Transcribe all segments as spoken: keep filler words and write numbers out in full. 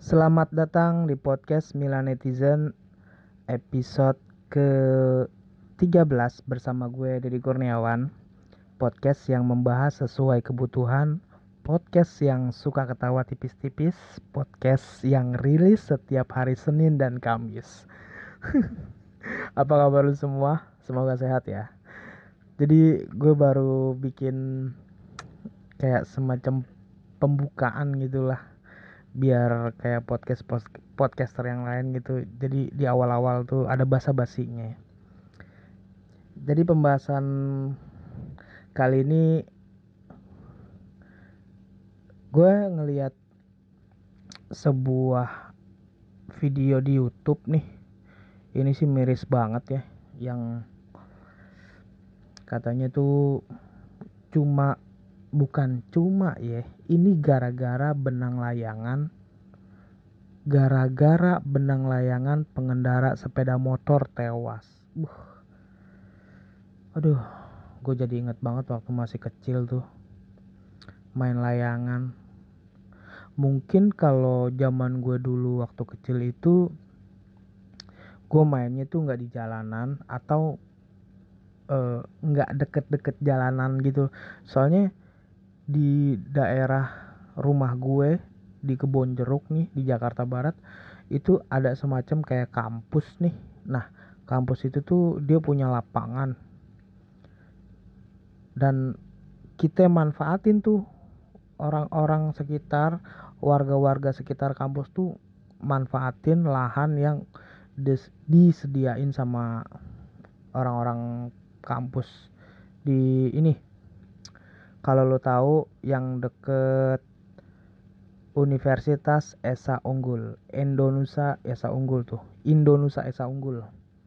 Selamat datang di podcast Milan Netizen episode ke tiga belas bersama gue Deddy Kurniawan. Podcast yang membahas sesuai kebutuhan, podcast yang suka ketawa tipis-tipis, podcast yang rilis setiap hari Senin dan Kamis. Apa kabar lu semua? Semoga sehat ya. Jadi gue baru bikin kayak semacam pembukaan gitulah, biar kayak podcast podcaster yang lain gitu. Jadi di awal-awal tuh ada basa-basinya. Jadi pembahasan kali ini gue ngelihat sebuah video di YouTube nih. Ini sih miris banget ya, yang katanya tuh cuma bukan cuma ya, ini gara-gara benang layangan gara-gara benang layangan pengendara sepeda motor tewas. Buh. Aduh, gue jadi inget banget waktu masih kecil tuh main layangan. Mungkin kalau zaman gue dulu waktu kecil itu gue mainnya tuh nggak di jalanan atau nggak uh, deket-deket jalanan gitu. Soalnya di daerah rumah gue di Kebonjeruk nih di Jakarta Barat itu ada semacam kayak kampus nih. Nah, kampus itu tuh dia punya lapangan dan kita manfaatin tuh, orang-orang sekitar, warga-warga sekitar kampus tuh manfaatin lahan yang dis- disediain sama orang-orang kampus di ini. Kalau lo tahu yang deket Universitas Esa Unggul, Indonusa Esa Unggul tuh, Indonusa Esa Unggul.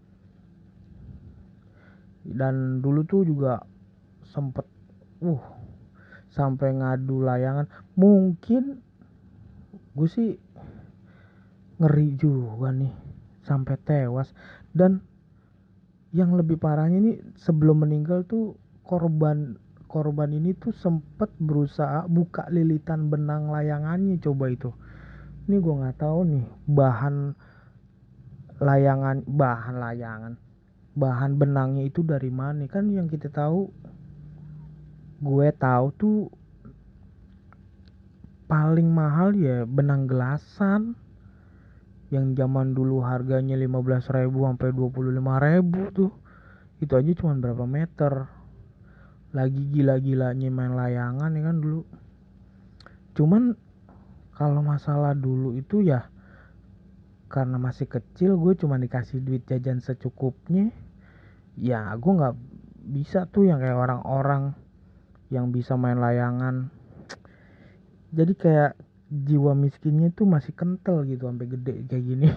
Dan dulu tuh juga sempet uh sampai ngadu layangan. Mungkin gue sih ngeri juga nih sampai tewas. Dan yang lebih parahnya nih, sebelum meninggal tuh korban korban ini tuh sempet berusaha buka lilitan benang layangannya. Coba itu, ini gue nggak tahu nih bahan layangan bahan layangan bahan benangnya itu dari mana. Kan yang kita tahu, gue tahu tuh paling mahal ya benang gelasan yang zaman dulu harganya lima belas ribu sampai dua puluh lima ribu tuh. Itu aja cuma berapa meter. Lagi gila-gilanya main layangan ya kan dulu. Cuman kalau masalah dulu itu ya karena masih kecil, gue cuma dikasih duit jajan secukupnya. Ya gue gak bisa tuh yang kayak orang-orang yang bisa main layangan. Jadi kayak jiwa miskinnya tuh masih kental gitu sampai gede kayak gini.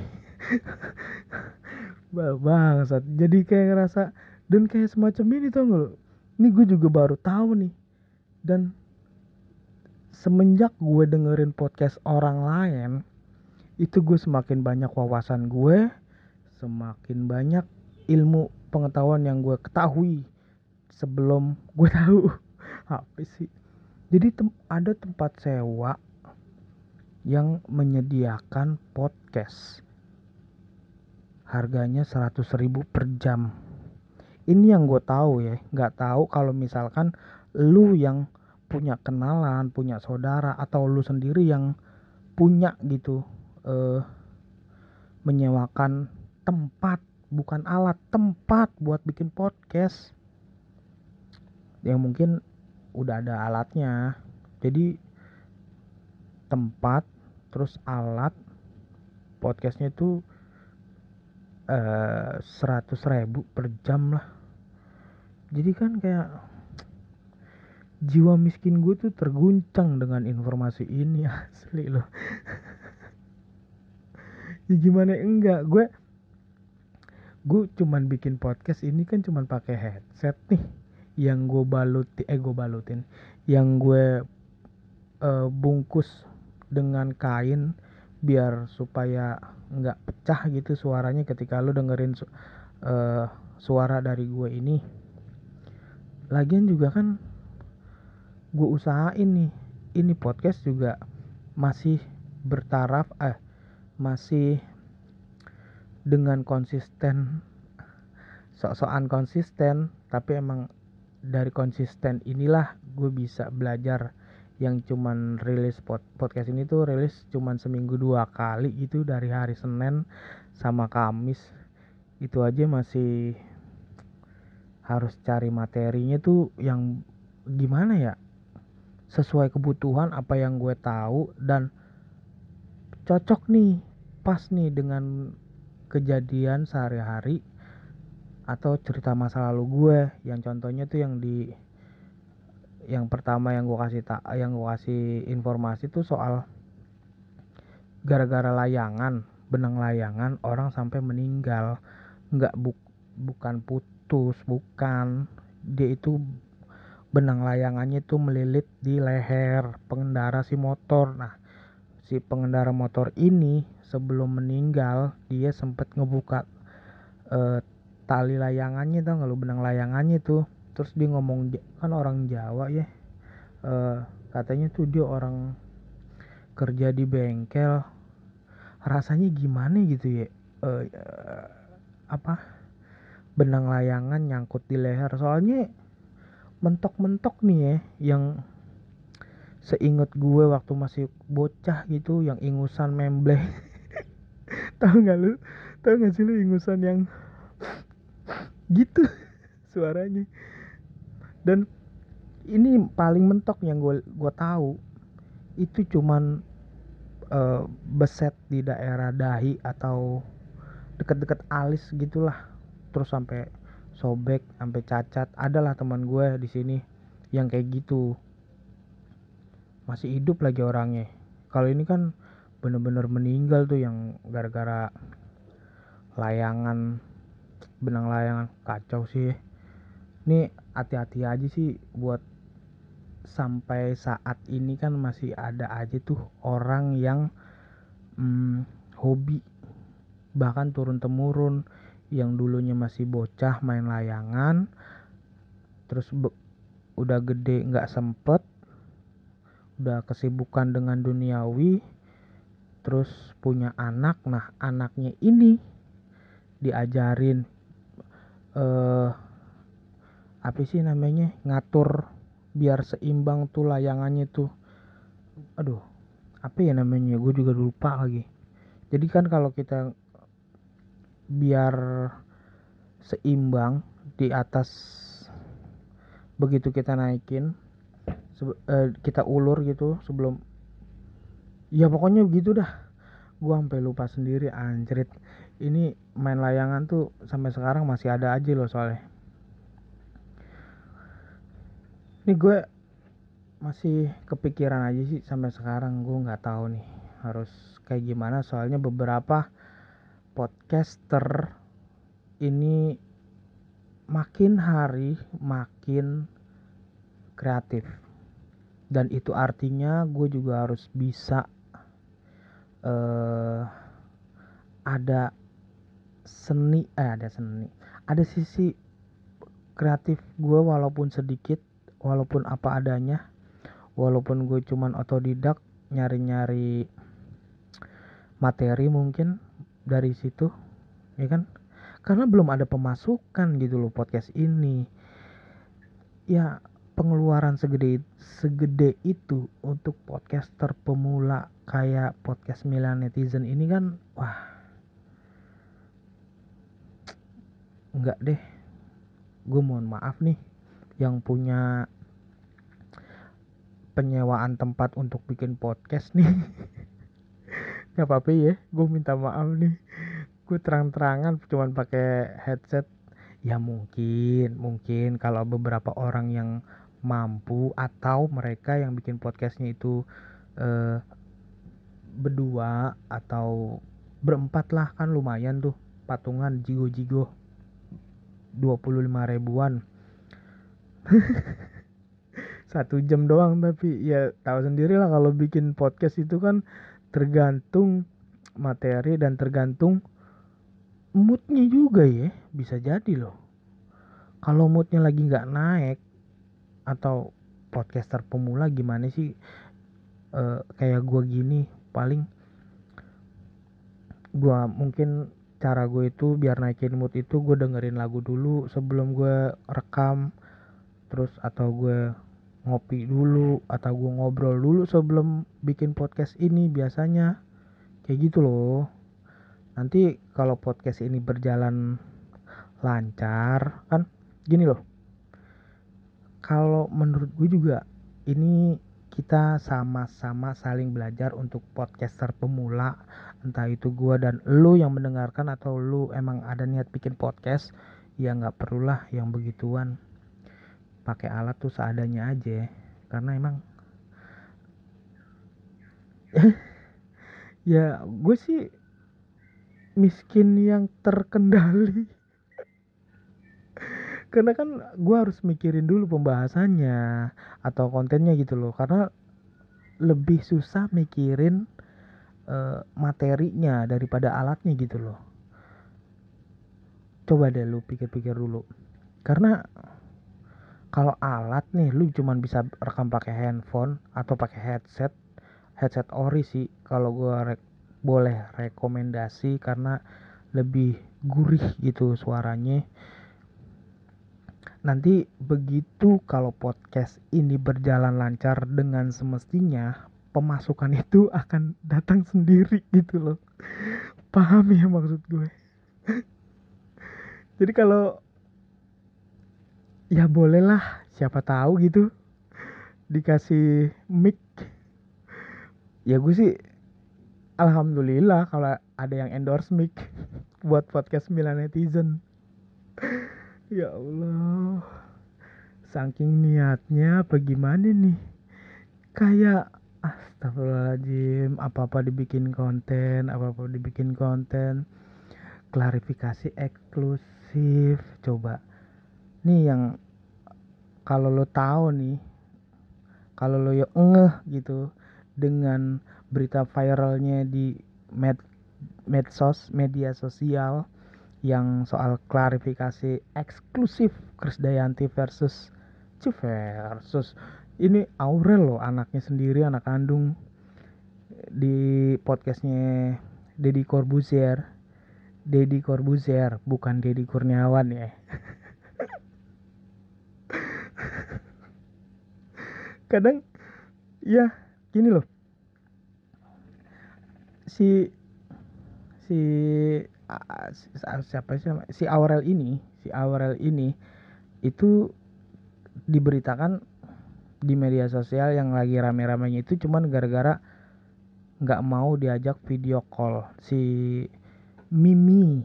Bangsat. Jadi kayak ngerasa, dan kayak semacam ini tau gak lo. Ini gue juga baru tahu nih. Dan semenjak gue dengerin podcast orang lain, itu gue semakin banyak wawasan gue, semakin banyak ilmu pengetahuan yang gue ketahui sebelum gue tahu apa sih. Jadi tem- ada tempat sewa yang menyediakan podcast, harganya seratus ribu per jam. Ini yang gue tahu ya. Nggak tahu kalau misalkan lu yang punya kenalan, punya saudara, atau lu sendiri yang punya gitu, eh, menyewakan tempat, bukan alat, tempat buat bikin podcast yang mungkin udah ada alatnya. Jadi tempat terus alat podcastnya itu eh, seratus ribu per jam lah. Jadi kan kayak jiwa miskin gue tuh terguncang dengan informasi ini, asli loh. Ya gimana enggak, gue gue cuman bikin podcast ini kan cuman pakai headset nih yang gue balut eh gue balutin yang gue uh, bungkus dengan kain biar supaya nggak pecah gitu suaranya ketika lu dengerin su- uh, suara dari gue ini. Lagian juga kan gue usahain nih, ini podcast juga masih bertaraf eh masih dengan konsisten, sok-sokan konsisten, tapi emang dari konsisten inilah gue bisa belajar. Yang cuman rilis pod- podcast ini tuh rilis cuman seminggu dua kali gitu, dari hari Senin sama Kamis. Itu aja masih harus cari materinya tuh yang gimana ya, sesuai kebutuhan apa yang gue tahu dan cocok nih, pas nih dengan kejadian sehari-hari atau cerita masa lalu gue. Yang contohnya tuh yang di yang pertama yang gue kasih tak yang gue kasih informasi tuh soal gara-gara layangan, benang layangan orang sampai meninggal. Nggak buk, bukan putus, bukan, dia itu benang layangannya itu melilit di leher pengendara si motor. Nah, si pengendara motor ini sebelum meninggal dia sempat ngebuka uh, tali layangannya, tau nggak lu, benang layangannya tuh. Terus dia ngomong, kan orang Jawa ya, uh, katanya tuh dia orang kerja di bengkel, rasanya gimana gitu ya, uh, uh, apa benang layangan nyangkut di leher. Soalnya mentok-mentok nih ya, yang seinget gue waktu masih bocah gitu, yang ingusan membleh. Tahu nggak lu? Tahu nggak sih lu ingusan yang gitu suaranya? Dan ini paling mentok yang gue gue tahu itu cuman uh, beset di daerah dahi atau deket-deket alis gitulah, terus sampai sobek, sampai cacat. Adalah teman gue di sini yang kayak gitu, masih hidup lagi orangnya. Kalau ini kan bener-bener meninggal tuh, yang gara-gara layangan, benang layangan. Kacau sih. Ini hati-hati aja sih, buat sampai saat ini kan masih ada aja tuh orang yang hmm, hobi, bahkan turun temurun, yang dulunya masih bocah main layangan, terus be- udah gede nggak sempet, udah kesibukan dengan duniawi, terus punya anak. Nah, anaknya ini diajarin eh apa sih namanya, ngatur biar seimbang tuh layangannya tuh. Aduh, apa ya namanya, gue juga lupa lagi. Jadi kan kalau kita biar seimbang di atas, begitu kita naikin sebe- eh, kita ulur gitu sebelum, ya pokoknya begitu dah. Gue sampai lupa sendiri, anjrit. Ini main layangan tuh sampai sekarang masih ada aja loh soalnya. Ini gue masih kepikiran aja sih sampai sekarang. Gue nggak tahu nih harus kayak gimana, soalnya beberapa podcaster ini makin hari makin kreatif, dan itu artinya gue juga harus bisa uh, ada seni eh ada seni ada sisi kreatif gue, walaupun sedikit, walaupun apa adanya, walaupun gue cuman otodidak nyari-nyari materi mungkin dari situ, ya kan, karena belum ada pemasukan gitu loh podcast ini. Ya, pengeluaran segede segede itu untuk podcaster pemula kayak podcast Milan Netizen ini kan, wah, enggak deh. Gue mohon maaf nih yang punya penyewaan tempat untuk bikin podcast nih. Gak apa-apa ya, gue minta maaf nih. Gue terang-terangan cuman pakai headset. Ya mungkin mungkin kalau beberapa orang yang mampu, atau mereka yang bikin podcastnya itu eh, berdua atau berempat lah, kan lumayan tuh patungan jigo-jigo dua puluh lima ribuan satu jam doang. Tapi ya tahu sendiri lah, kalau bikin podcast itu kan tergantung materi dan tergantung moodnya juga ya. Bisa jadi loh, kalau moodnya lagi nggak naik, atau podcaster pemula gimana sih, e, kayak gue gini, paling gue mungkin cara gue itu biar naikin mood itu gue dengerin lagu dulu sebelum gue rekam, terus atau gue ngopi dulu atau gue ngobrol dulu sebelum bikin podcast ini biasanya kayak gitu loh. Nanti kalau podcast ini berjalan lancar kan gini loh, kalau menurut gue juga ini kita sama-sama saling belajar untuk podcaster pemula, entah itu gue dan lu yang mendengarkan atau lu emang ada niat bikin podcast, ya nggak perlulah yang begituan, pakai alat tuh seadanya aja karena emang ya gue sih miskin yang terkendali karena kan gue harus mikirin dulu pembahasannya atau kontennya gitu loh, karena lebih susah mikirin uh, materinya daripada alatnya gitu loh. Coba deh lu pikir-pikir dulu, karena kalau alat nih lu cuman bisa rekam pakai handphone atau pakai headset headset ori sih kalau gue re- boleh rekomendasi karena lebih gurih gitu suaranya. Nanti begitu kalau podcast ini berjalan lancar dengan semestinya, pemasukan itu akan datang sendiri gitu loh. Paham ya maksud gue? Jadi kalau ya bolehlah, siapa tahu gitu dikasih mic. Ya gue sih alhamdulillah kalau ada yang endorse mic buat podcast Milan Netizen. Ya Allah, saking niatnya apa gimana nih? Kayak astagfirullahaladzim, apa-apa dibikin konten, apa-apa dibikin konten, klarifikasi eksklusif. Coba nih yang kalau lo tahu nih, kalau lo ya ngeh gitu dengan berita viralnya di med medsos media sosial yang soal klarifikasi eksklusif Krisdayanti versus versus ini Aurel loh, anaknya sendiri, anak kandung, di podcastnya Deddy Corbuzier Deddy Corbuzier bukan Deddy Kurniawan ya. Kadang ya gini loh, si si uh, siapa sih si Aurel ini si Aurel ini itu diberitakan di media sosial yang lagi rame-ramenya itu cuman gara-gara nggak mau diajak video call si Mimi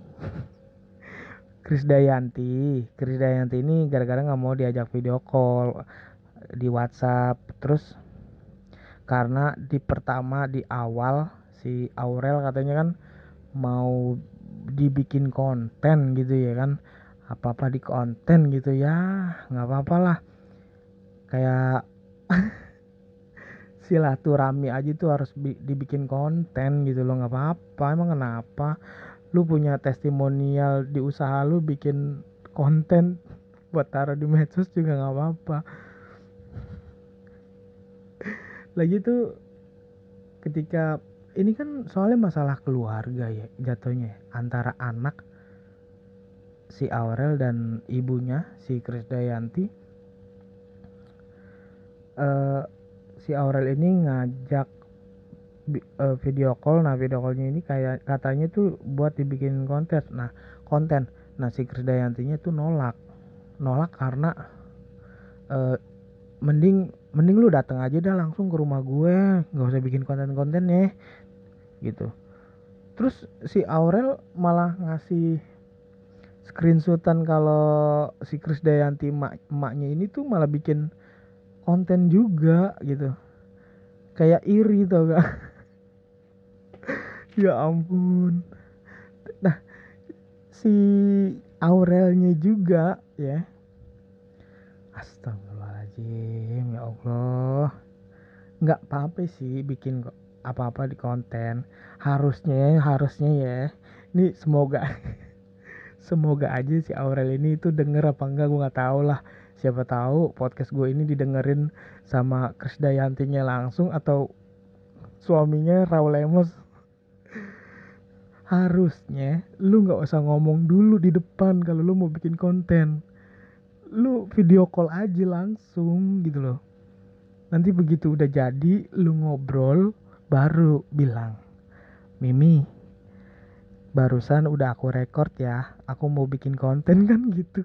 Krisdayanti Krisdayanti ini gara-gara nggak mau diajak video call di WhatsApp. Terus karena di pertama di awal si Aurel katanya kan mau dibikin konten gitu ya kan, apa-apa di konten gitu ya, nggak apa-apa lah, kayak silaturahmi aja tuh harus bi- dibikin konten gitu loh, nggak apa-apa, emang kenapa, lu punya testimonial di usaha lu bikin konten buat taruh di medsos juga nggak apa-apa. Lagi tuh ketika ini kan soalnya masalah keluarga ya jatuhnya antara anak si Aurel dan ibunya si Krisdayanti. uh, si Aurel ini ngajak uh, video call. Nah video callnya ini kayak katanya tuh buat dibikin konten. Nah konten. Nah si Krisdayantinya tuh nolak, nolak karena uh, mending mending lu datang aja dah langsung ke rumah gue, nggak usah bikin konten-konten ya gitu. Terus si Aurel malah ngasih screenshotan kalau si Krisdayanti emak emaknya ini tuh malah bikin konten juga gitu, kayak iri tau gak. Ya ampun. Nah si Aurelnya juga ya, astagfirullahaladzim, ya Allah, nggak apa-apa sih bikin kok apa-apa di konten, harusnya harusnya ya ini semoga semoga aja si Aurel ini tuh denger apa enggak gue nggak tahu lah, siapa tahu podcast gue ini didengerin sama Krisdayantinya langsung atau suaminya Raul Lemos. Harusnya lu nggak usah ngomong dulu di depan kalau lu mau bikin konten. Lu video call aja langsung gitu loh. Nanti begitu udah jadi, lu ngobrol, baru bilang, Mimi, barusan udah aku record ya, aku mau bikin konten kan gitu.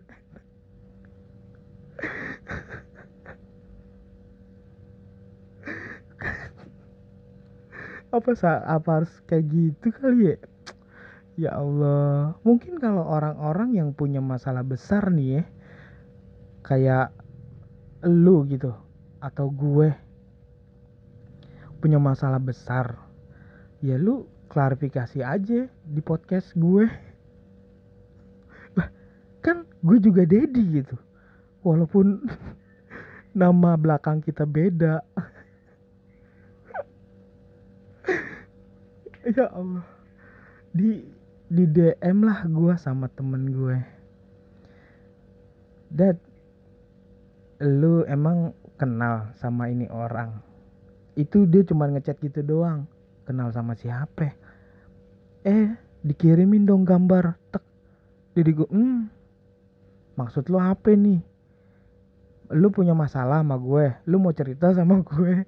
Apa sa apa harus kayak gitu kali ya? Ya Allah, mungkin kalau orang-orang yang punya masalah besar nih ya, kayak lu gitu, atau gue punya masalah besar, ya lu klarifikasi aja di podcast gue. Lah, kan gue juga Dedi gitu. Walaupun nama belakang kita beda. Ya Allah. Di di D M lah gue sama temen gue. Dad, lu emang kenal sama ini orang? Itu dia cuma ngechat gitu doang. Kenal sama siapa? Eh, dikirimin dong gambar. Tek. Jadi gue, hmm, maksud lu apa nih? Lu punya masalah sama gue? Lu mau cerita sama gue?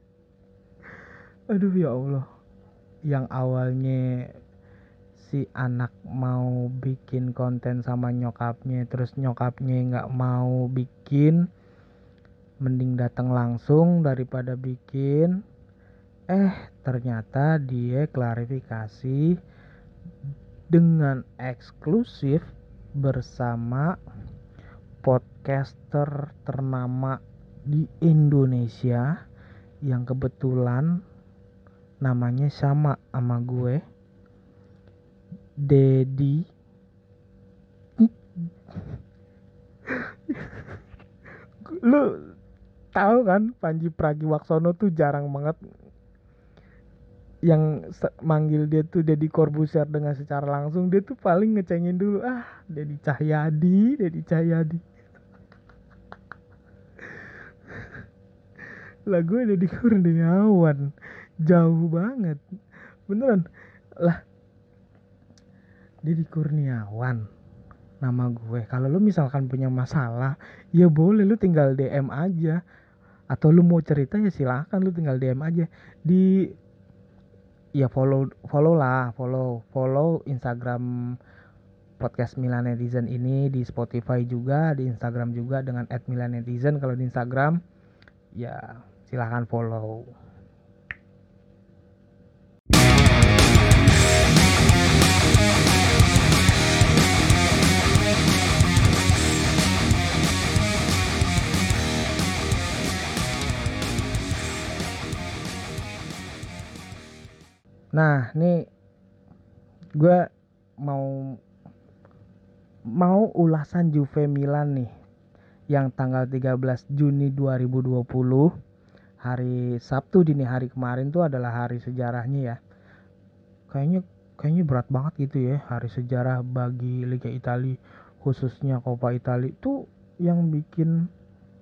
Aduh ya Allah. Yang awalnya si anak mau bikin konten sama nyokapnya, terus nyokapnya nggak mau bikin, mending datang langsung daripada bikin. Eh, ternyata dia klarifikasi dengan eksklusif bersama podcaster ternama di Indonesia yang kebetulan namanya sama sama gue, Dedi. Lu tahu kan Panji Pragiwaksono tuh jarang banget yang manggil dia tuh Deddy Corbuzier dengan secara langsung. Dia tuh paling ngecengin dulu, ah Dedi Cahyadi, Dedi Cahyadi. Lah gue Deddy Kurniawan, jauh banget beneran. Lah Deddy Kurniawan nama gue. Kalau lu misalkan punya masalah, ya boleh lu tinggal D M aja. Atau lu mau cerita ya silakan, lu tinggal D M aja di, ya follow follow lah, follow follow Instagram podcast Milan Netizen ini di Spotify juga, di Instagram juga dengan et milan netizen. Kalau di Instagram ya silahkan follow. Nah, nih gue mau mau ulasan Juve Milan nih yang tanggal tiga belas Juni dua ribu dua puluh, hari Sabtu dini hari kemarin tuh adalah hari sejarahnya ya. Kayaknya kayaknya berat banget gitu ya, hari sejarah bagi Liga Italia, khususnya Coppa Italia. Tuh yang bikin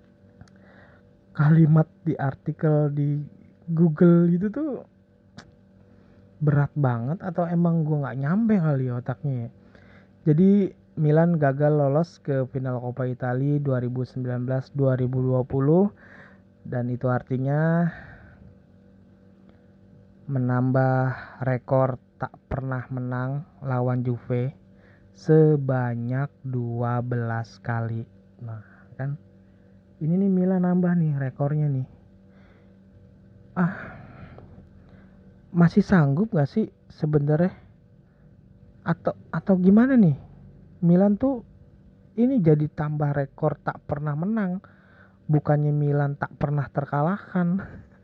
kalimat di artikel di Google gitu tuh berat banget, atau emang gue nggak nyampe kali ya otaknya ya. Jadi Milan gagal lolos ke final Coppa Italia dua ribu sembilan belas dua ribu dua puluh, dan itu artinya menambah rekor tak pernah menang lawan Juve sebanyak dua belas kali. Nah, kan ini nih Milan nambah nih rekornya nih. Ah, masih sanggup gak sih sebenarnya? Atau atau gimana nih? Milan tuh ini jadi tambah rekor tak pernah menang. Bukannya Milan tak pernah terkalahkan.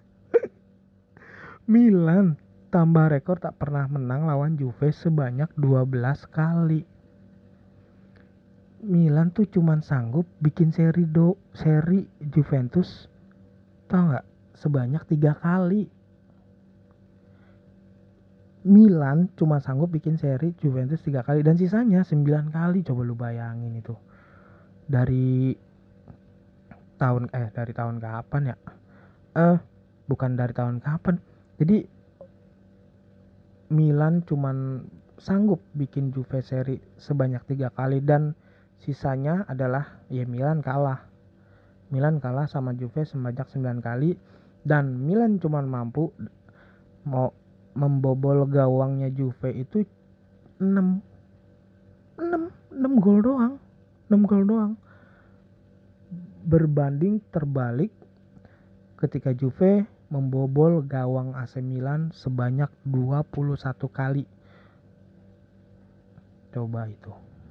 Milan tambah rekor tak pernah menang lawan Juve sebanyak dua belas kali. Milan tuh cuman sanggup bikin seri do seri Juventus, tau gak? Sebanyak tiga kali. Milan cuma sanggup bikin seri Juventus tiga kali dan sisanya sembilan kali. Coba lu bayangin itu. Dari tahun eh dari tahun kapan ya? Eh bukan dari tahun kapan. Jadi Milan cuman sanggup bikin Juve seri sebanyak tiga kali, dan sisanya adalah ya Milan kalah. Milan kalah sama Juve sebanyak sembilan kali, dan Milan cuma mampu mau membobol gawangnya Juve itu enam enam gol doang. enam gol doang. Berbanding terbalik ketika Juve membobol gawang A C Milan sebanyak dua puluh satu kali. Coba itu.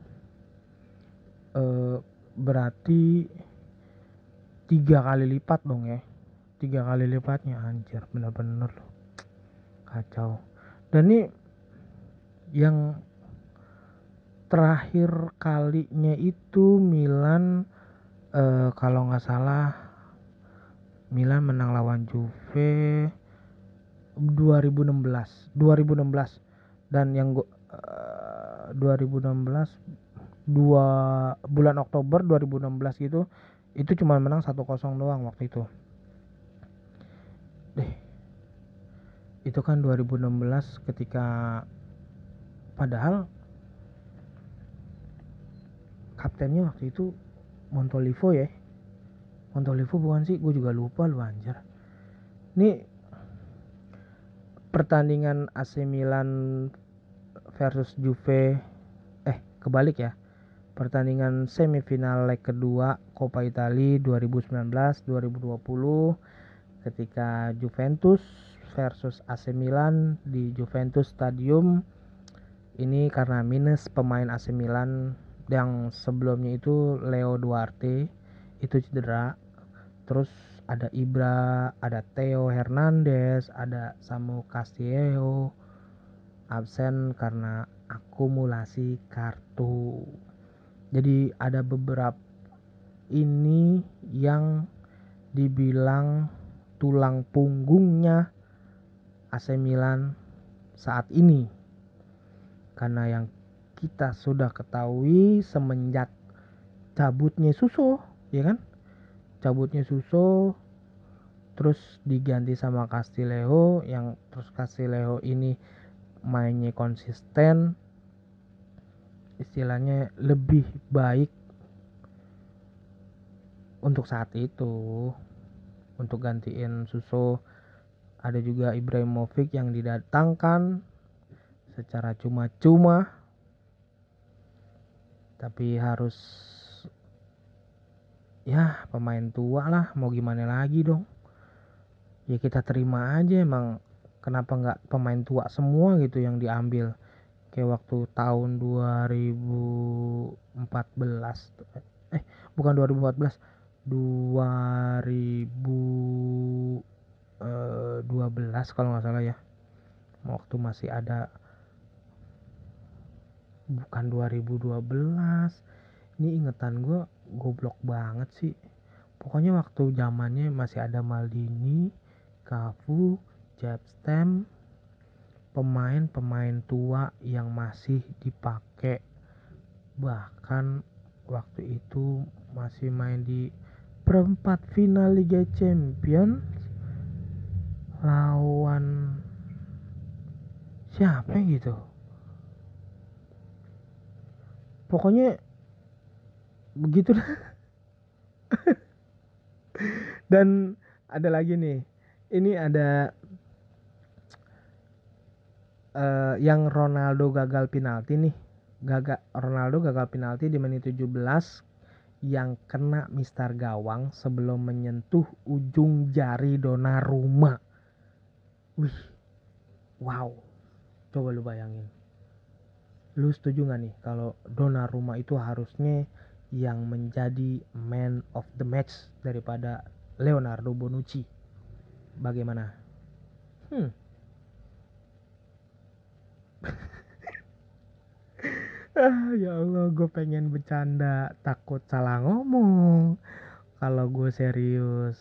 E, berarti tiga kali lipat dong ya. Tiga kali lipatnya, anjir, bener-bener loh. Kacau. Dan ini yang terakhir kalinya itu Milan, e, kalau nggak salah Milan menang lawan Juve dua ribu enam belas dan yang gua, uh, dua ribu enam belas dua bulan Oktober dua ribu enam belas gitu, itu cuma menang satu kosong doang waktu itu. Deh. Itu kan dua ribu enam belas ketika padahal kaptennya waktu itu Montolivo ya. Montolivo bukan sih? Gue juga lupa lu anjir. Ini pertandingan A C Milan versus Juve, eh kebalik ya. Pertandingan semifinal leg kedua Coppa Italia dua ribu sembilan belas dua ribu dua puluh ketika Juventus versus A C Milan di Juventus Stadium. Ini karena minus pemain A C Milan yang sebelumnya itu Leo Duarte itu cedera. Terus ada Ibra, ada Theo Hernandez, ada Samu Castillejo absen karena akumulasi kartu. Jadi ada beberapa ini yang dibilang tulang punggungnya A C Milan saat ini. Karena yang kita sudah ketahui semenjak cabutnya Suso, ya kan? Cabutnya Suso terus diganti sama Castillejo, yang terus Castillejo ini mainnya konsisten, istilahnya lebih baik untuk saat itu untuk gantiin Suso. Ada juga Ibrahimovic yang didatangkan secara cuma-cuma, tapi harus ya pemain tua lah, mau gimana lagi dong. Ya kita terima aja, emang kenapa nggak pemain tua semua gitu yang diambil, kayak waktu tahun dua ribu empat belas eh bukan dua ribu empat belas dua ribu dua belas kalau nggak salah ya, waktu masih ada, bukan dua ribu dua belas, ini ingetan gue goblok banget sih. Pokoknya waktu zamannya masih ada Maldini, Cafu, Jebstam, pemain-pemain tua yang masih dipakai. Bahkan waktu itu masih main di perempat final Liga Champions lawan siapa gitu. Pokoknya begitu dah. Dan ada lagi nih. Ini ada uh, yang Ronaldo gagal penalti nih. Gagal Ronaldo gagal penalti di menit tujuh belas yang kena mistar gawang sebelum menyentuh ujung jari Donnarumma. Wih. Wow. Coba lu bayangin. Lu setuju gak nih kalau Donnarumma itu harusnya yang menjadi man of the match daripada Leonardo Bonucci? Bagaimana? Hmm. Ah, ya Allah, gue pengen bercanda, takut salah ngomong. Kalau gue serius,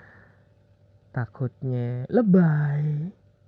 takutnya lebay.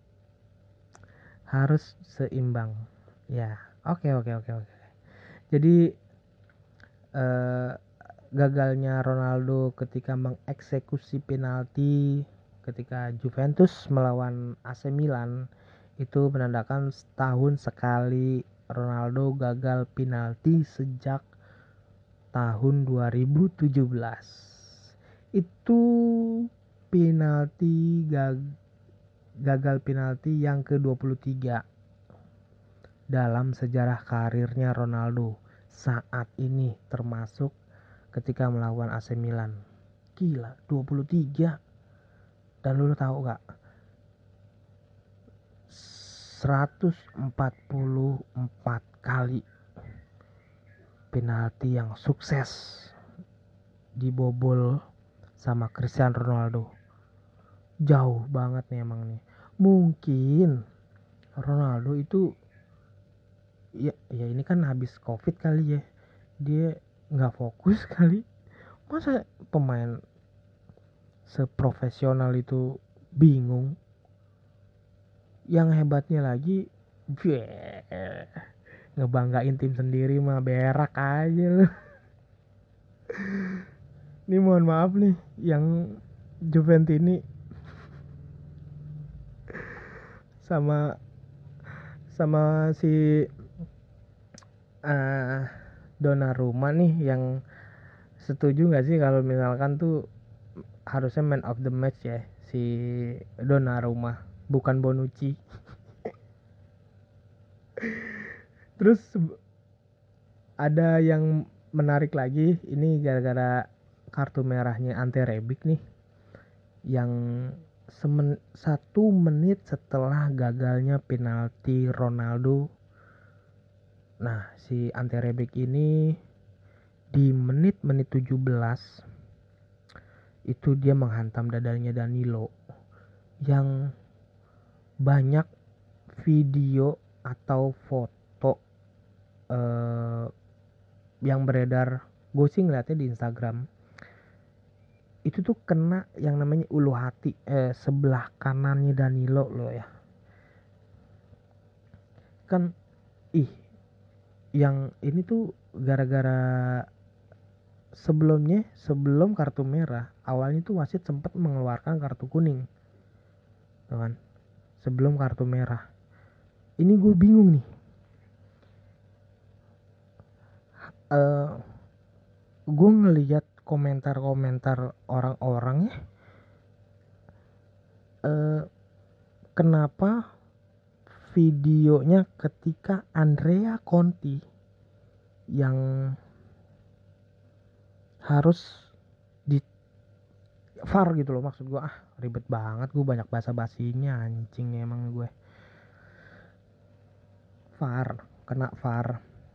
Harus seimbang. Ya, oke oke oke oke. Jadi eh, gagalnya Ronaldo ketika mengeksekusi penalti ketika Juventus melawan A C Milan Itu menandakan setahun sekali Ronaldo gagal penalti sejak tahun dua ribu tujuh belas. Itu penalti gag- gagal penalti yang ke dua puluh tiga dalam sejarah karirnya Ronaldo saat ini, termasuk ketika melawan A C Milan. Gila, dua puluh tiga. Dan lu tahu gak, seratus empat puluh empat kali penalti yang sukses dibobol sama Cristiano Ronaldo. Jauh banget nih emang nih. Mungkin Ronaldo itu ya, ya ini kan habis Covid kali ya. Dia nggak fokus kali. Masa pemain seprofesional itu bingung. Yang hebatnya lagi, yeah, ngebanggain tim sendiri mah berak aja loh. Ini mohon maaf nih yang Juventini sama sama si uh, Donnarumma nih, yang setuju nggak sih kalau misalkan tuh harusnya man of the match ya si Donnarumma, bukan Bonucci. Terus ada yang menarik lagi, ini gara-gara kartu merahnya Ante Rebic nih, yang semen, satu menit setelah gagalnya penalti Ronaldo. Nah, si Ante Rebic ini di menit-menit tujuh belas itu dia menghantam dadanya Danilo, yang banyak video atau foto eh, yang beredar, gue sih ngeliatnya di Instagram, itu tuh kena yang namanya ulu hati, eh, sebelah kanannya Danilo loh ya. Kan ih, yang ini tuh gara-gara sebelumnya, sebelum kartu merah, awalnya tuh wasit sempat mengeluarkan kartu kuning, tuh kan, sebelum kartu merah. Ini gue bingung nih, uh, gue ngeliat komentar-komentar orang-orang ya, uh, kenapa videonya ketika Andrea Conti yang harus di V A R gitu loh, maksud gue. Ah, ribet banget, gue banyak basa-basinya anjing emang gue. V A R, kena V A R,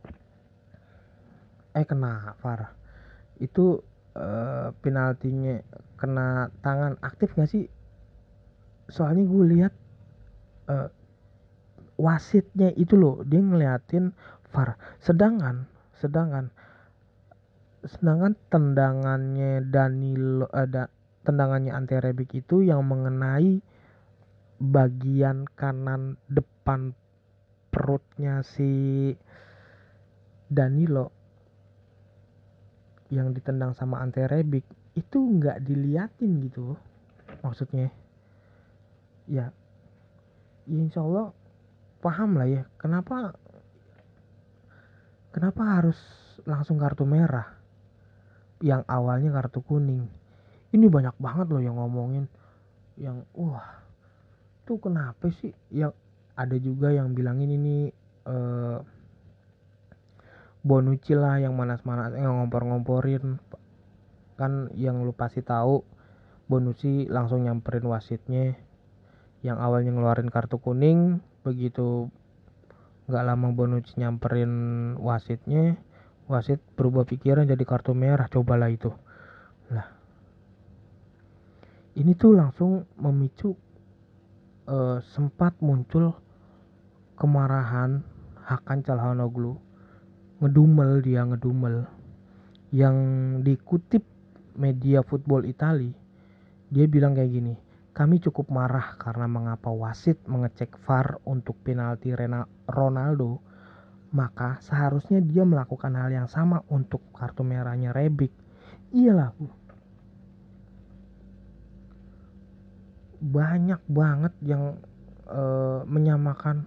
eh kena V A R itu, uh, penaltinya kena tangan, aktif gak sih? Soalnya gue lihat uh, wasitnya itu loh, dia ngeliatin V A R, sedangkan sedangkan sedangkan tendangannya Danilo, ada uh, tendangannya Ante Rebic itu yang mengenai bagian kanan depan perutnya si Danilo, yang ditendang sama Ante Rebic itu nggak diliatin gitu maksudnya ya. Ya insya Allah paham lah ya kenapa kenapa harus langsung kartu merah yang awalnya kartu kuning. Ini banyak banget loh yang ngomongin, yang wah tuh kenapa sih, yang ada juga yang bilangin ini uh, Bonucci lah yang manas-manas, yang ngompor-ngomporin kan, yang lu pasti tahu Bonucci langsung nyamperin wasitnya yang awalnya ngeluarin kartu kuning. Begitu nggak lama Bonucci nyamperin wasitnya, wasit berubah pikiran jadi kartu merah. Cobalah itu lah, ini tuh langsung memicu uh, sempat muncul kemarahan Hakan Calhanoglu, ngedumel dia ngedumel yang dikutip media football Itali. Dia bilang kayak gini, kami cukup marah karena mengapa wasit mengecek V A R untuk penalti Ronaldo, maka seharusnya dia melakukan hal yang sama untuk kartu merahnya Rebic. Iyalah, banyak banget yang uh, menyamakan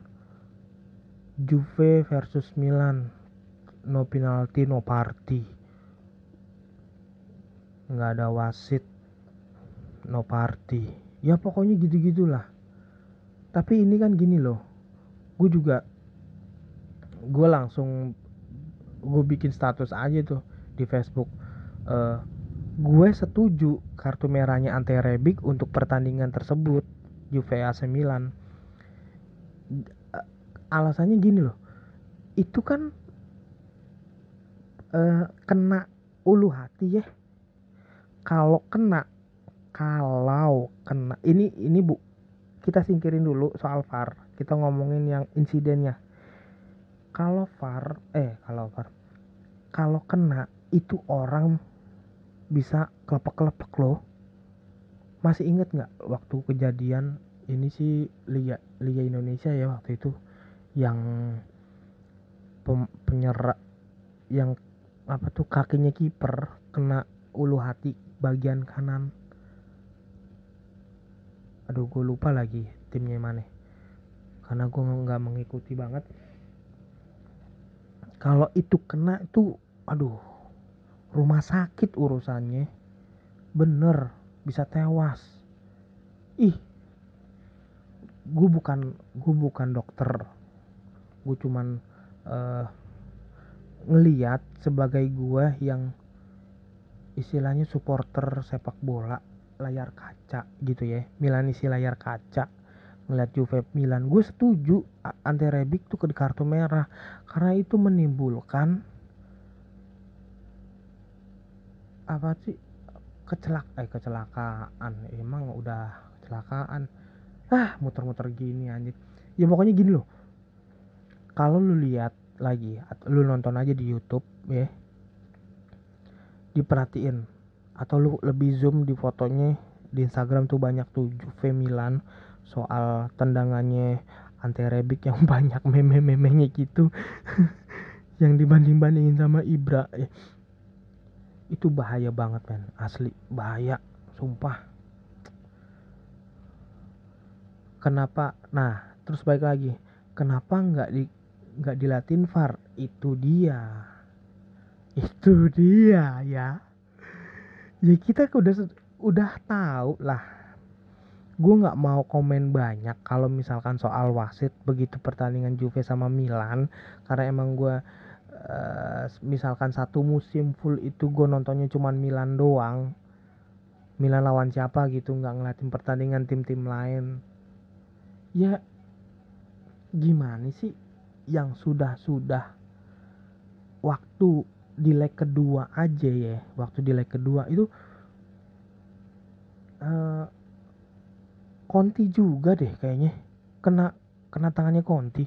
Juve versus Milan, no penalti no party, nggak ada wasit, no party, ya pokoknya gitu-gitulah. Tapi ini kan gini loh, gue juga gue langsung gue bikin status aja tuh di Facebook, uh, gue setuju kartu merahnya Ante Rebic untuk pertandingan tersebut Juve A C Milan. Alasannya gini loh, itu kan uh, kena ulu hati ya. Kalau kena kalau kena ini ini bu kita singkirin dulu soal V A R, kita ngomongin yang insidennya. Kalau V A R eh kalau V A R kalau kena itu orang bisa kelepek-kelepek loh. Masih inget nggak waktu kejadian ini sih Liga Liga Indonesia ya waktu itu, yang pem, penyerang yang apa tuh kakinya kiper kena ulu hati bagian kanan. Aduh gue lupa lagi timnya mana, karena gue nggak mengikuti banget. Kalau itu kena itu aduh rumah sakit urusannya, bener bisa tewas. Ih, gue bukan gue bukan dokter, gue cuman uh, ngeliat sebagai gue yang istilahnya supporter sepak bola layar kaca gitu ya, Milanisi layar kaca, ngeliat Juve Milan. Gue setuju Ante Rebic tuh ke kartu merah karena itu menimbulkan apa sih kecelak eh kecelakaan emang udah kecelakaan ah muter-muter gini anjir ya. Pokoknya gini loh, kalau lu lihat lagi atau lu nonton aja di YouTube ya, diperhatiin atau lu lebih zoom di fotonya di Instagram tuh banyak tuh Juve Milan soal tendangannya Ante Rebic yang banyak meme-memenya gitu yang dibanding-bandingin sama Ibra eh, itu bahaya banget men, asli bahaya sumpah. Kenapa? Nah terus balik lagi, kenapa nggak di nggak dilatin V A R? Itu dia itu dia ya ya kita udah udah tahu lah. Gue nggak mau komen banyak kalau misalkan soal wasit begitu pertandingan Juve sama Milan, karena emang gue uh, misalkan satu musim full itu gue nontonnya cuman Milan doang, Milan lawan siapa gitu, nggak ngeliatin pertandingan tim-tim lain. Ya gimana sih yang sudah-sudah waktu di leg kedua aja ya, waktu di leg kedua itu uh, Conti juga deh kayaknya kena kena tangannya Conti.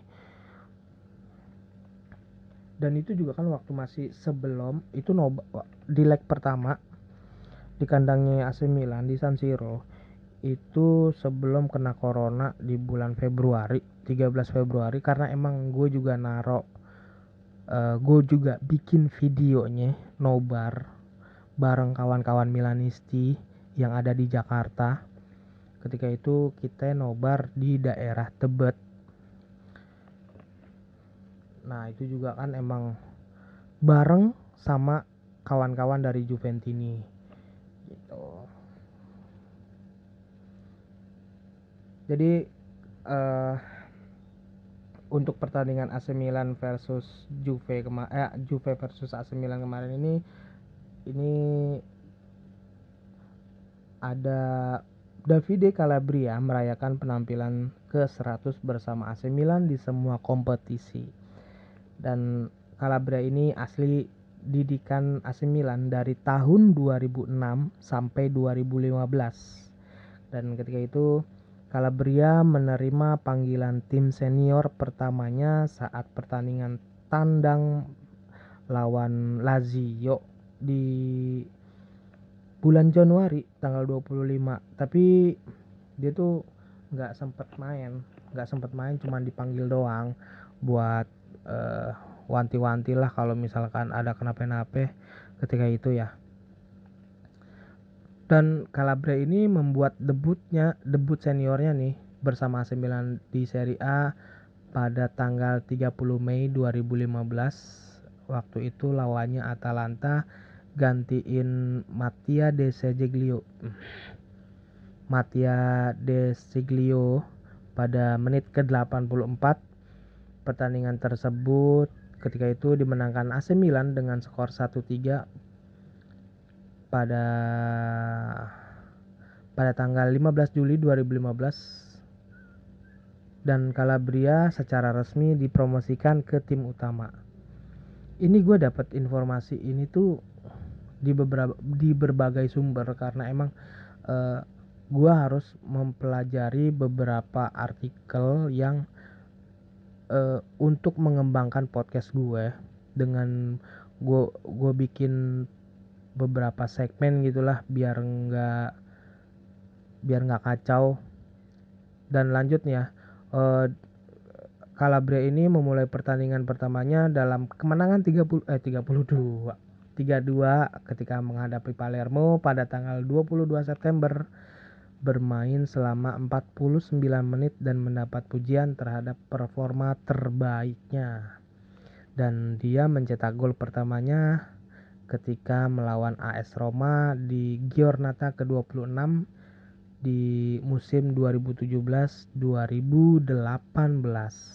Dan itu juga kan waktu masih sebelum itu noba, di leg pertama di kandangnya A C Milan di San Siro itu sebelum kena corona di bulan Februari, tiga belas Februari, karena emang gue juga naro uh, gue juga bikin videonya nobar bareng kawan-kawan Milanisti yang ada di Jakarta. Ketika itu kita nobar di daerah Tebet. Nah itu juga kan emang bareng sama kawan-kawan dari Juventini gitu. Jadi uh, untuk pertandingan A C Milan versus Juve kema- eh, Juve versus A C Milan kemarin ini ini ada Davide Calabria merayakan penampilan ke seratus bersama A C Milan di semua kompetisi. Dan Calabria ini asli didikan A C Milan dari tahun dua ribu enam sampai dua ribu lima belas. Dan ketika itu Calabria menerima panggilan tim senior pertamanya saat pertandingan tandang lawan Lazio di bulan Januari tanggal dua puluh lima. Tapi dia tuh nggak sempet main, nggak sempet main, cuma dipanggil doang buat uh, wanti-wanti lah kalau misalkan ada kenapa-napa ketika itu ya. Dan Calabria ini membuat debutnya, debut seniornya nih bersama A C Milan di Serie A pada tanggal tiga puluh Mei dua ribu lima belas. Waktu itu lawannya Atalanta, gantiin Mattia De Sciglio. Mattia De Sciglio pada menit ke delapan puluh empat. Pertandingan tersebut ketika itu dimenangkan A C Milan dengan skor satu tiga pada pada tanggal lima belas Juli dua ribu lima belas, dan Calabria secara resmi dipromosikan ke tim utama. Ini gue dapat informasi ini tuh di beberapa di berbagai sumber karena emang uh, gue harus mempelajari beberapa artikel yang uh, untuk mengembangkan podcast gue, dengan gue gue bikin beberapa segmen gitulah biar nggak biar nggak kacau. Dan lanjutnya, uh, Calabria ini memulai pertandingan pertamanya dalam kemenangan tiga puluh eh tiga puluh dua tiga dua ketika menghadapi Palermo pada tanggal dua puluh dua September, bermain selama empat puluh sembilan menit dan mendapat pujian terhadap performa terbaiknya. Dan dia mencetak gol pertamanya ketika melawan A S Roma di Giornata ke dua puluh enam di musim dua ribu tujuh belas dua ribu delapan belas.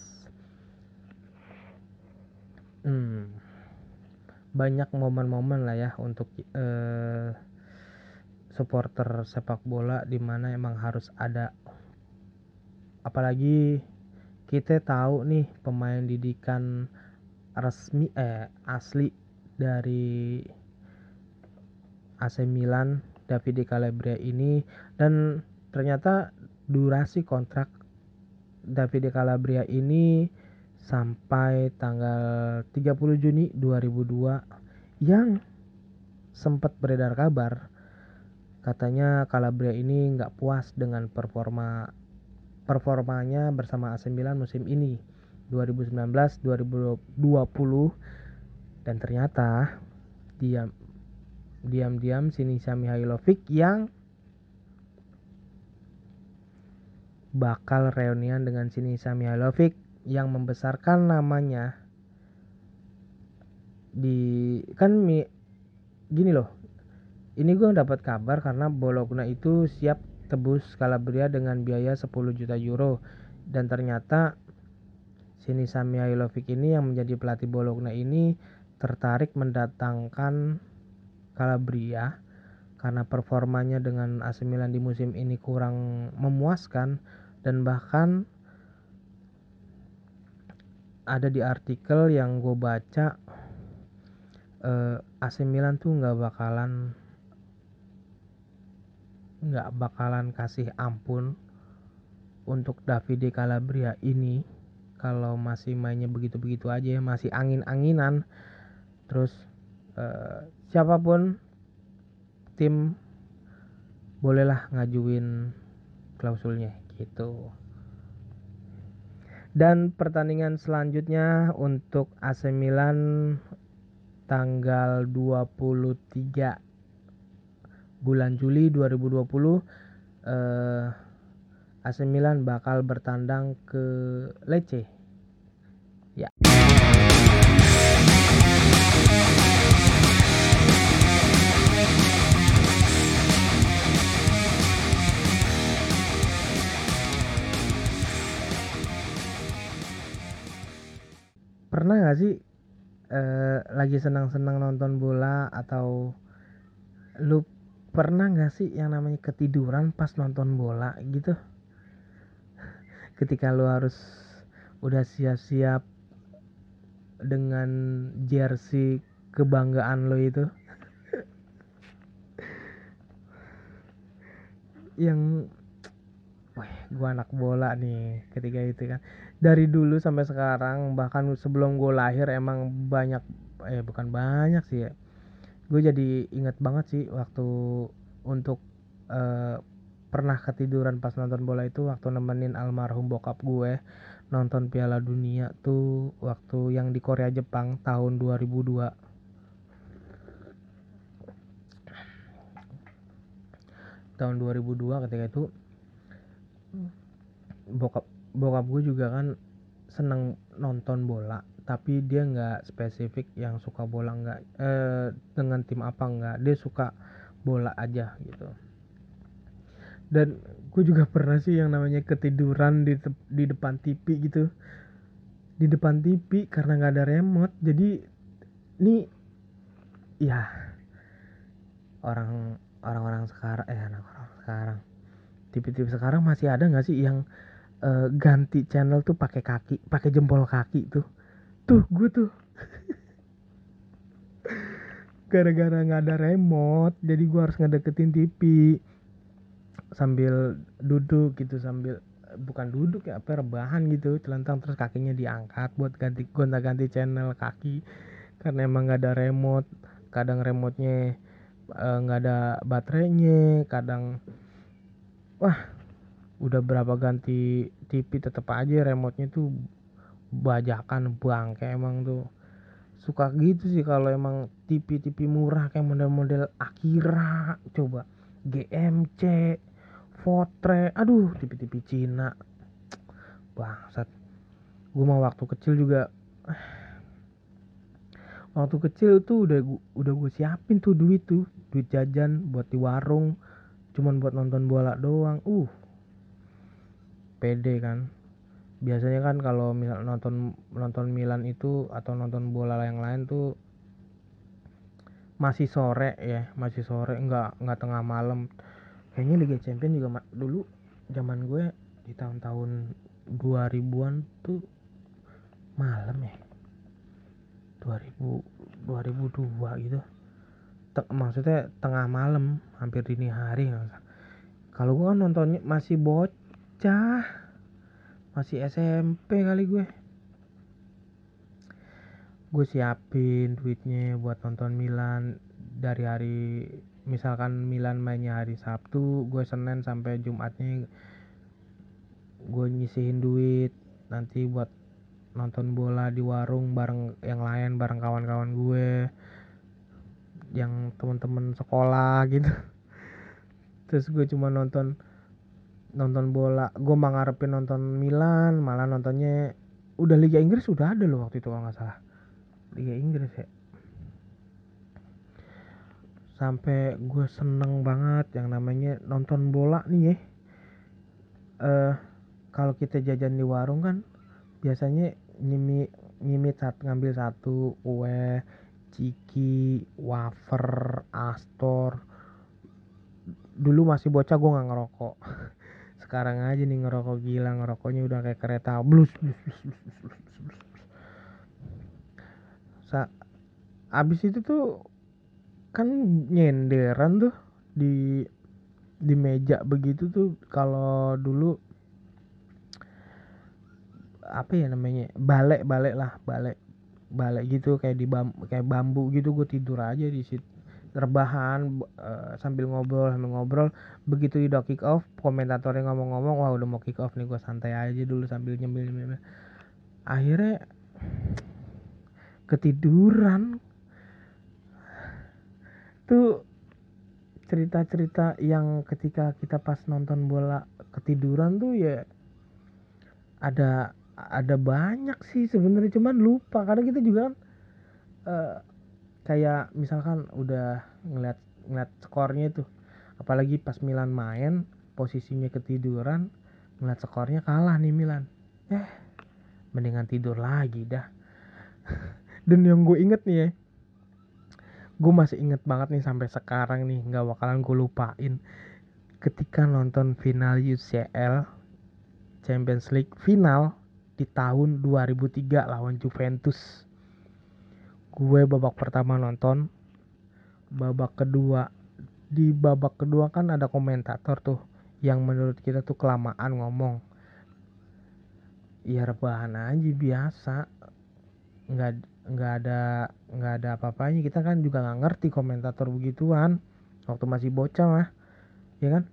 Hmm, banyak momen-momen lah ya untuk eh, supporter sepak bola di mana emang harus ada. Apalagi kita tahu nih pemain didikan resmi eh asli dari A C Milan, Davide Calabria ini, dan ternyata durasi kontrak Davide Calabria ini sampai tanggal tiga puluh Juni dua ribu dua, yang sempat beredar kabar katanya Calabria ini nggak puas dengan performa performanya bersama A C Milan musim ini dua ribu sembilan belas dua ribu dua puluh, dan ternyata diam diam-diam Sinisa Mihajlovic yang bakal reunian dengan Sinisa Mihajlovic yang membesarkan namanya di kan mi, gini loh, ini gue dapat kabar karena Bologna itu siap tebus Calabria dengan biaya sepuluh juta euro, dan ternyata Sinisa Mihajlovic ini yang menjadi pelatih Bologna ini tertarik mendatangkan Calabria karena performanya dengan A C Milan di musim ini kurang memuaskan. Dan bahkan ada di artikel yang gue baca, eh, A C Milan tuh nggak bakalan nggak bakalan kasih ampun untuk Davide Calabria ini kalau masih mainnya begitu-begitu aja, masih angin-anginan. Terus eh, siapapun tim bolehlah ngajuin klausulnya gitu. Dan pertandingan selanjutnya untuk A C Milan tanggal dua puluh tiga bulan Juli dua ribu dua puluh, eh, A C Milan bakal bertandang ke Lecce. Ya. Pernah gak sih eh, lagi senang-senang nonton bola, atau lu pernah gak sih yang namanya ketiduran pas nonton bola gitu? Ketika lu harus udah siap-siap dengan jersey kebanggaan lo itu yang wah, gua anak bola nih ketika itu kan. Dari dulu sampai sekarang, bahkan sebelum gue lahir, emang banyak eh bukan banyak sih ya. Gue jadi inget banget sih waktu untuk eh, pernah ketiduran pas nonton bola itu waktu nemenin almarhum bokap gue nonton Piala Dunia tuh waktu yang di Korea Jepang tahun dua ribu dua. Tahun dua ribu dua ketika itu bokap bokap gue juga kan seneng nonton bola, tapi dia nggak spesifik yang suka bola, nggak eh, dengan tim apa, nggak, dia suka bola aja gitu. Dan gue juga pernah sih yang namanya ketiduran di te- di depan T V gitu, di depan T V karena nggak ada remote. Jadi ini ya orang orang-orang sekarang eh orang-orang sekarang T V-T V sekarang masih ada nggak sih yang eh, ganti channel tuh pakai kaki, pakai jempol kaki tuh. Tuh gue tuh gara-gara nggak ada remote, jadi gue harus ngedeketin T V sambil duduk gitu, sambil bukan duduk ya, apa, rebahan gitu, celentang, terus kakinya diangkat buat ganti gonta-ganti channel kaki karena emang nggak ada remote. Kadang remotenya eh, nggak uh, ada baterainya, kadang wah udah berapa ganti T V tetep aja remotenya tuh bajakan bangke. Emang tuh suka gitu sih kalau emang T V T V murah kayak model-model Akira, coba G M C, Fotre, aduh T V T V Cina bangsat. Gue mau waktu kecil juga, waktu kecil tuh udah gua, udah gue siapin tuh duit tuh duit jajan buat di warung, cuman buat nonton bola doang. Uh pede kan. Biasanya kan kalau misal nonton nonton Milan itu atau nonton bola yang lain tuh masih sore ya, masih sore, nggak nggak tengah malam. Kayaknya Liga Champions juga ma- dulu zaman gue di tahun-tahun dua ribuan tuh malam ya, dua ribu dua ribu dua gitu. Te- maksudnya tengah malam, hampir dini hari. Kalau gue kan nontonnya masih bocah, masih S M P kali gue. Gue siapin duitnya buat nonton Milan dari hari, misalkan Milan mainnya hari Sabtu, gue Senin sampai Jumatnya gue nyisihin duit nanti buat nonton bola di warung bareng yang lain, bareng kawan-kawan gue yang teman-teman sekolah gitu. Terus gue cuma nonton nonton bola, gue mah ngarepin nonton Milan, malah nontonnya udah Liga Inggris udah ada loh waktu itu kalau nggak salah, Liga Inggris ya. Sampai gue seneng banget yang namanya nonton bola nih ya. Eh kalau kita jajan di warung kan biasanya nyimi nyimit satu, ngambil satu kue, ciki, wafer, astor. Dulu masih bocah gue nggak ngerokok. Sekarang aja nih ngerokok, gila ngerokoknya udah kayak kereta blus blus blus blus blus blus, blus. Sa abis itu tuh kan nyenderan tuh di di meja begitu tuh. Kalau dulu apa ya namanya, balek balek lah, balek balek gitu, kayak di bam, kayak bambu gitu. Gue tidur aja di situ rebahan uh, sambil ngobrol sambil ngobrol begitu udah kick off, komentatornya ngomong-ngomong, wah udah mau kick off nih, gue santai aja dulu sambil nyemil nyemil. Akhirnya ketiduran tuh. Cerita-cerita yang ketika kita pas nonton bola ketiduran tuh ya ada ada banyak sih sebenarnya, cuman lupa karena kita juga kan uh, kayak misalkan udah ngeliat ngeliat skornya tuh, apalagi pas Milan main posisinya ketiduran, ngeliat skornya kalah nih Milan, eh mendingan tidur lagi dah. Dan yang gue inget nih ya, gue masih inget banget nih sampai sekarang nih, nggak bakalan gue lupain ketika nonton final U C L Champions League final di tahun dua ribu tiga lawan Juventus. Gue babak pertama nonton, babak kedua, di babak kedua kan ada komentator tuh yang menurut kita tuh kelamaan ngomong. Ya rebahan aja biasa, nggak nggak ada nggak ada apa-apanya. Kita kan juga nggak ngerti komentator begituan waktu masih bocah mah, ya kan.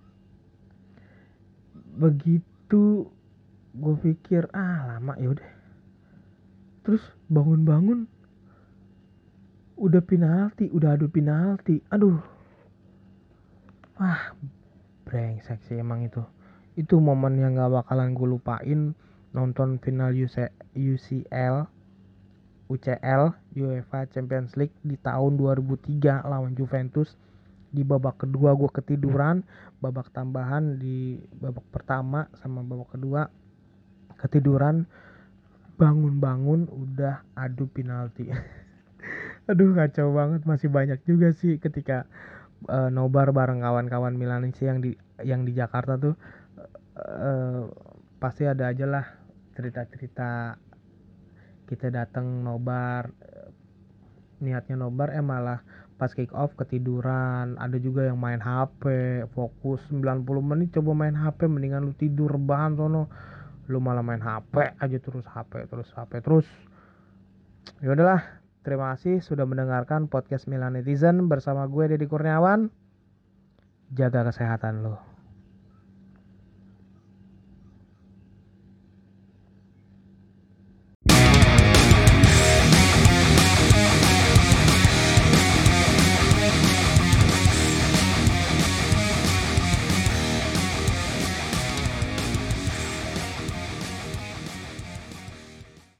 Begitu gue pikir ah lama, ya udah, terus bangun-bangun udah penalti, udah adu penalti, aduh, wah brengsek sih emang itu. Itu momen yang gak bakalan gue lupain, nonton final U C, U C L U C L UEFA Champions League di tahun dua ribu tiga lawan Juventus. Di babak kedua gue ketiduran, babak tambahan di babak pertama sama babak kedua ketiduran, bangun-bangun udah adu penalti. Aduh kacau banget. Masih banyak juga sih ketika uh, nobar bareng kawan-kawan Milanese yang di yang di Jakarta tuh, uh, pasti ada aja lah cerita-cerita kita datang nobar, niatnya nobar eh malah pas kick off ketiduran. Ada juga yang main H P, fokus sembilan puluh menit coba main H P, mendingan lu tidur rebahan sono. Lu malah main H P aja terus, H P terus, H P terus. Ya udahlah, terima kasih sudah mendengarkan podcast Milan Netizen bersama gue Deddy Kurniawan. Jaga kesehatan lo.